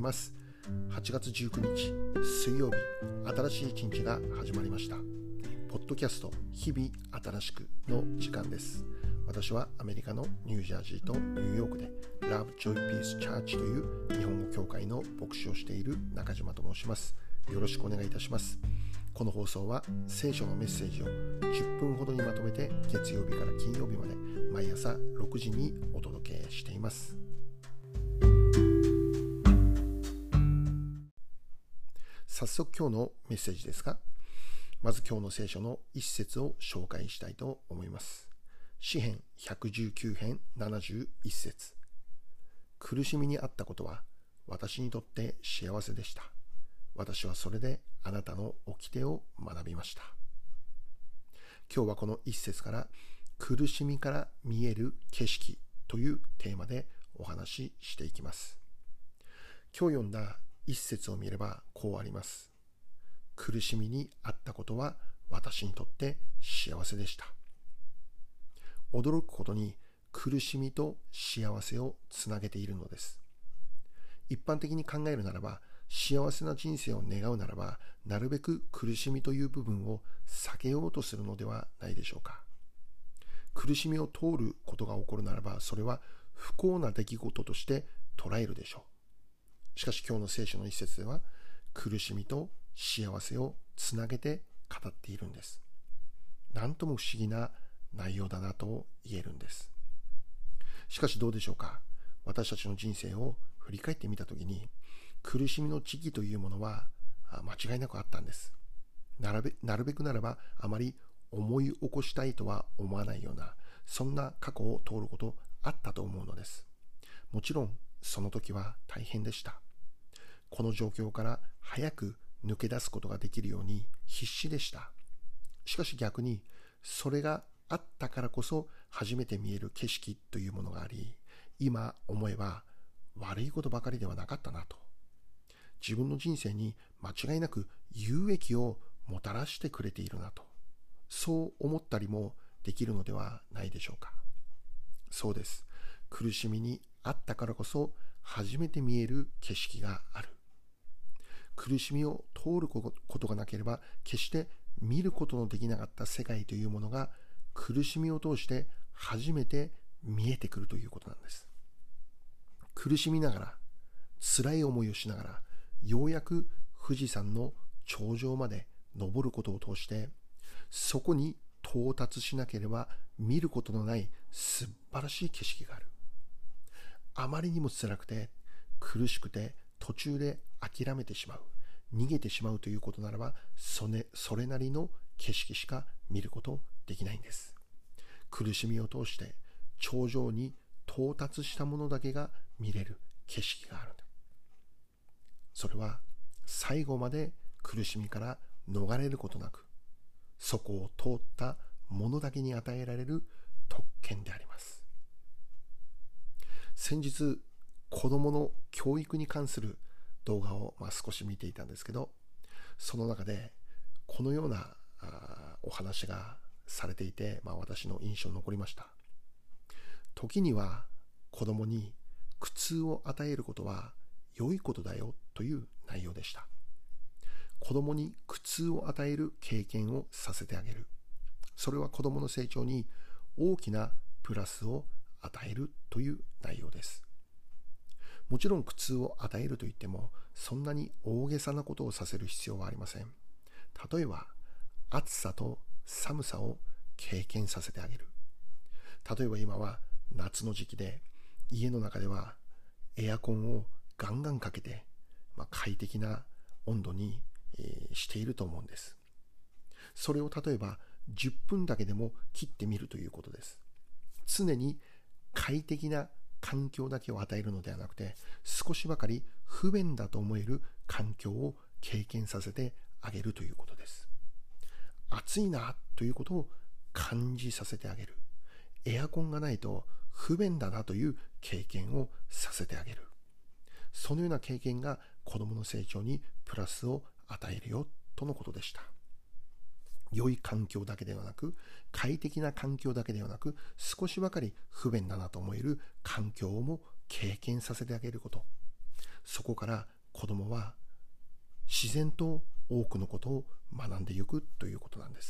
ます。8月19日水曜日、新しい一日が始まりました。ポッドキャスト日々新しくの時間です。私はアメリカのニュージャージーとニューヨークで Love Joy Peace Church という日本語教会の牧師をしている中島と申します。よろしくお願いいたします。この放送は聖書のメッセージを10分ほどにまとめて月曜日から金曜日まで毎朝6時にお届けしています。早速今日のメッセージですが、まず今日の聖書の一節を紹介したいと思います。詩編119編71節。苦しみにあったことは私にとって幸せでした。私はそれであなたの掟を学びました。今日はこの一節から苦しみから見える景色というテーマでお話ししていきます。今日読んだ一節を見ればこうあります。苦しみにあったことは私にとって幸せでした。驚くことに苦しみと幸せをつなげているのです。一般的に考えるならば、幸せな人生を願うならば、なるべく苦しみという部分を避けようとするのではないでしょうか。苦しみを通ることが起こるならば、それは不幸な出来事として捉えるでしょう。しかし今日の聖書の一節では、苦しみと幸せをつなげて語っているんです。なんとも不思議な内容だなと言えるんです。しかしどうでしょうか。私たちの人生を振り返ってみたときに、苦しみの時期というものは間違いなくあったんです。なるべくならばあまり思い起こしたいとは思わないような、そんな過去を通ることあったと思うのです。もちろんその時は大変でした。この状況から早く抜け出すことができるように必死でした。しかし逆にそれがあったからこそ初めて見える景色というものがあり、今思えば悪いことばかりではなかったなと。自分の人生に間違いなく有益をもたらしてくれているなと。そう思ったりもできるのではないでしょうか。そうです。苦しみにあったからこそ初めて見える景色がある。苦しみを通ることがなければ決して見ることのできなかった世界というものが苦しみを通して初めて見えてくるということなんです。苦しみながら、辛い思いをしながら、ようやく富士山の頂上まで登ることを通して、そこに到達しなければ見ることのない素晴らしい景色がある。あまりにも辛くて苦しくて途中で諦めてしまう、逃げてしまうということならば、それなりの景色しか見ることできないんです。苦しみを通して頂上に到達したものだけが見れる景色があるんだ。それは最後まで苦しみから逃れることなく、そこを通ったものだけに与えられる特権であります。先日、子供の教育に関する動画を少し見ていたんですけど、その中でこのようなお話がされていて、私の印象に残りました。時には子供に苦痛を与えることは良いことだよという内容でした。子供に苦痛を与える経験をさせてあげる。それは子供の成長に大きなプラスを与えるという内容です。もちろん苦痛を与えるといっても、そんなに大げさなことをさせる必要はありません。例えば、暑さと寒さを経験させてあげる。例えば今は夏の時期で、家の中ではエアコンをガンガンかけて、快適な温度にしていると思うんです。それを例えば10分だけでも切ってみるということです。常に快適な環境だけを与えるのではなくて、少しばかり不便だと思える環境を経験させてあげるということです。暑いなということを感じさせてあげる。エアコンがないと不便だなという経験をさせてあげる。そのような経験が子どもの成長にプラスを与えるよとのことでした。良い環境だけではなく、快適な環境だけではなく、少しばかり不便だなと思える環境も経験させてあげること。そこから子供は自然と多くのことを学んでいくということなんです。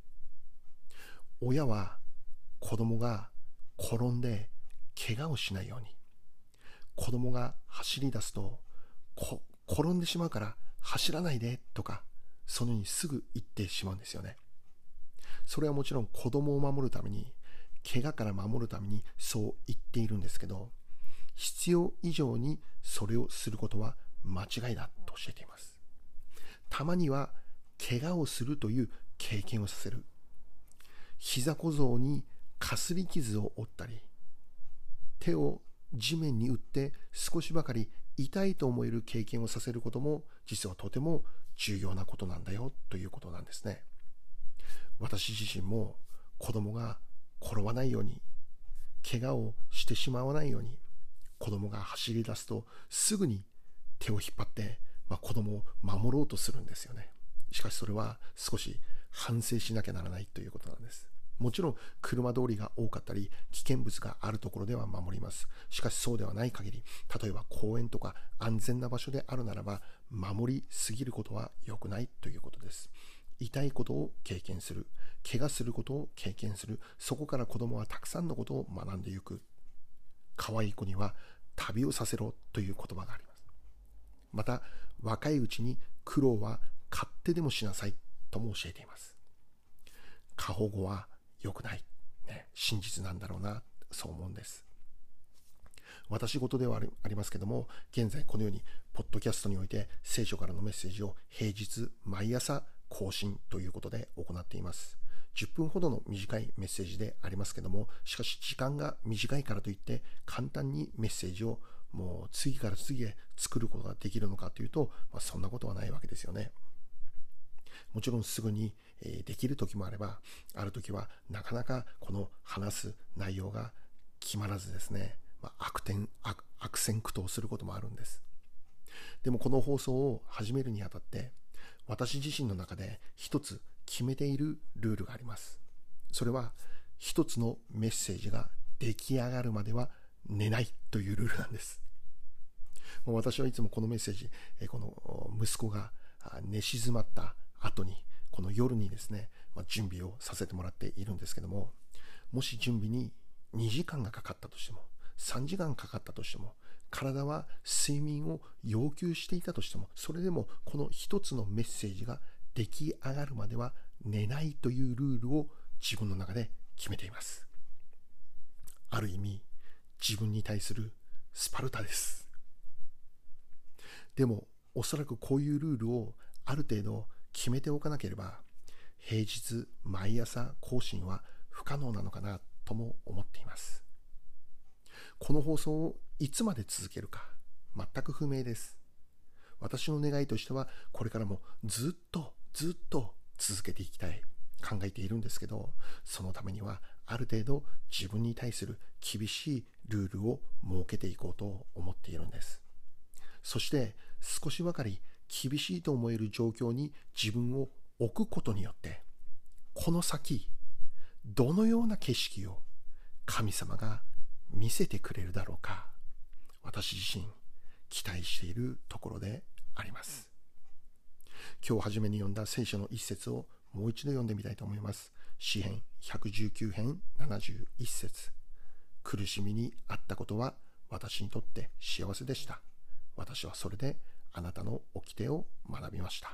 親は子供が転んで怪我をしないように、子供が走り出すと転んでしまうから走らないでとか、そのようにすぐ言ってしまうんですよね。それはもちろん子供を守るために、怪我から守るためにそう言っているんですけど、必要以上にそれをすることは間違いだと教えています。たまには怪我をするという経験をさせる。膝小僧にかすり傷を負ったり、手を地面に打って少しばかり痛いと思える経験をさせることも実はとても重要なことなんだよということなんですね。私自身も子供が転ばないように、怪我をしてしまわないように、子供が走り出すとすぐに手を引っ張って、子供を守ろうとするんですよね。しかしそれは少し反省しなきゃならないということなんです。もちろん車通りが多かったり危険物があるところでは守ります。しかしそうではない限り、例えば公園とか安全な場所であるならば、守りすぎることは良くないということです。痛いことを経験する、怪我することを経験する、そこから子供はたくさんのことを学んでいく。可愛い子には旅をさせろという言葉があります。また若いうちに苦労は買ってでもしなさいとも教えています。過保護は良くない、真実なんだろうな、そう思うんです。私事ではありますけども、現在このようにポッドキャストにおいて聖書からのメッセージを平日毎朝更新ということで行っています。10分ほどの短いメッセージでありますけども、しかし時間が短いからといって簡単にメッセージをもう次から次へ作ることができるのかというと、そんなことはないわけですよね。もちろんすぐにできる時もあれば、ある時はなかなかこの話す内容が決まらずですね、悪戦苦闘することもあるんです。でもこの放送を始めるにあたって、私自身の中で一つ決めているルールがあります。それは一つのメッセージが出来上がるまでは寝ないというルールなんです。もう私はいつもこのメッセージ、この息子が寝静まった後に、この夜にですね、準備をさせてもらっているんですけども、もし準備に2時間がかかったとしても、3時間かかったとしても、体は睡眠を要求していたとしても、それでもこの一つのメッセージが出来上がるまでは寝ないというルールを自分の中で決めています。ある意味、自分に対するスパルタです。でもおそらくこういうルールをある程度決めておかなければ、平日毎朝更新は不可能なのかなとも思っています。この放送をいつまで続けるか全く不明です。私の願いとしては、これからもずっと続けていきたい、考えているんですけど、そのためにはある程度自分に対する厳しいルールを設けていこうと思っているんです。そして少しばかり厳しいと思える状況に自分を置くことによって、この先どのような景色を神様が見せてくれるだろうか、私自身期待しているところであります。今日初めに読んだ聖書の一節をもう一度読んでみたいと思います。詩編119編71節。苦しみにあったことは私にとって幸せでした。私はそれであなたの掟を学びました。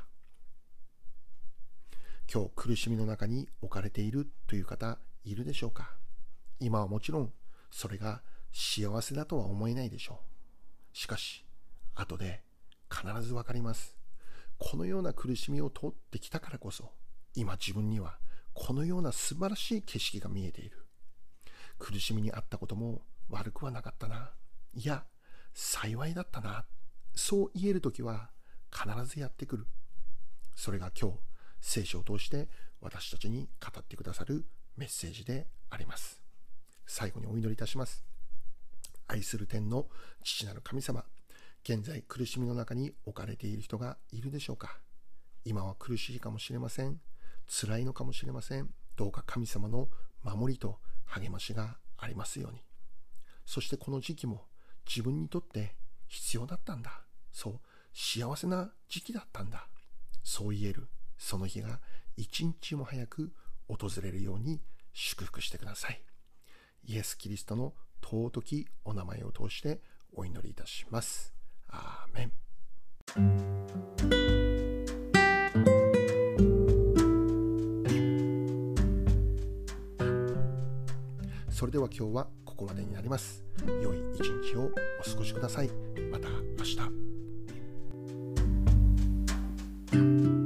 今日苦しみの中に置かれているという方いるでしょうか。今はもちろんそれが幸せだとは思えないでしょう。しかし後で必ずわかります。このような苦しみを通ってきたからこそ、今自分にはこのような素晴らしい景色が見えている。苦しみにあったことも悪くはなかったな、いや幸いだったな、そう言えるときは必ずやってくる。それが今日聖書を通して私たちに語ってくださるメッセージであります。最後にお祈りいたします。愛する天の父なる神様、現在苦しみの中に置かれている人がいるでしょうか。今は苦しいかもしれません。辛いのかもしれません。どうか神様の守りと励ましがありますように。そしてこの時期も自分にとって必要だったんだ、そう幸せな時期だったんだ。そう言えるその日が一日も早く訪れるように祝福してください。イエス・キリストの尊きお名前を通してお祈りいたします。アーメン。それでは今日はここまでになります。良い一日をお過ごしください。また明日。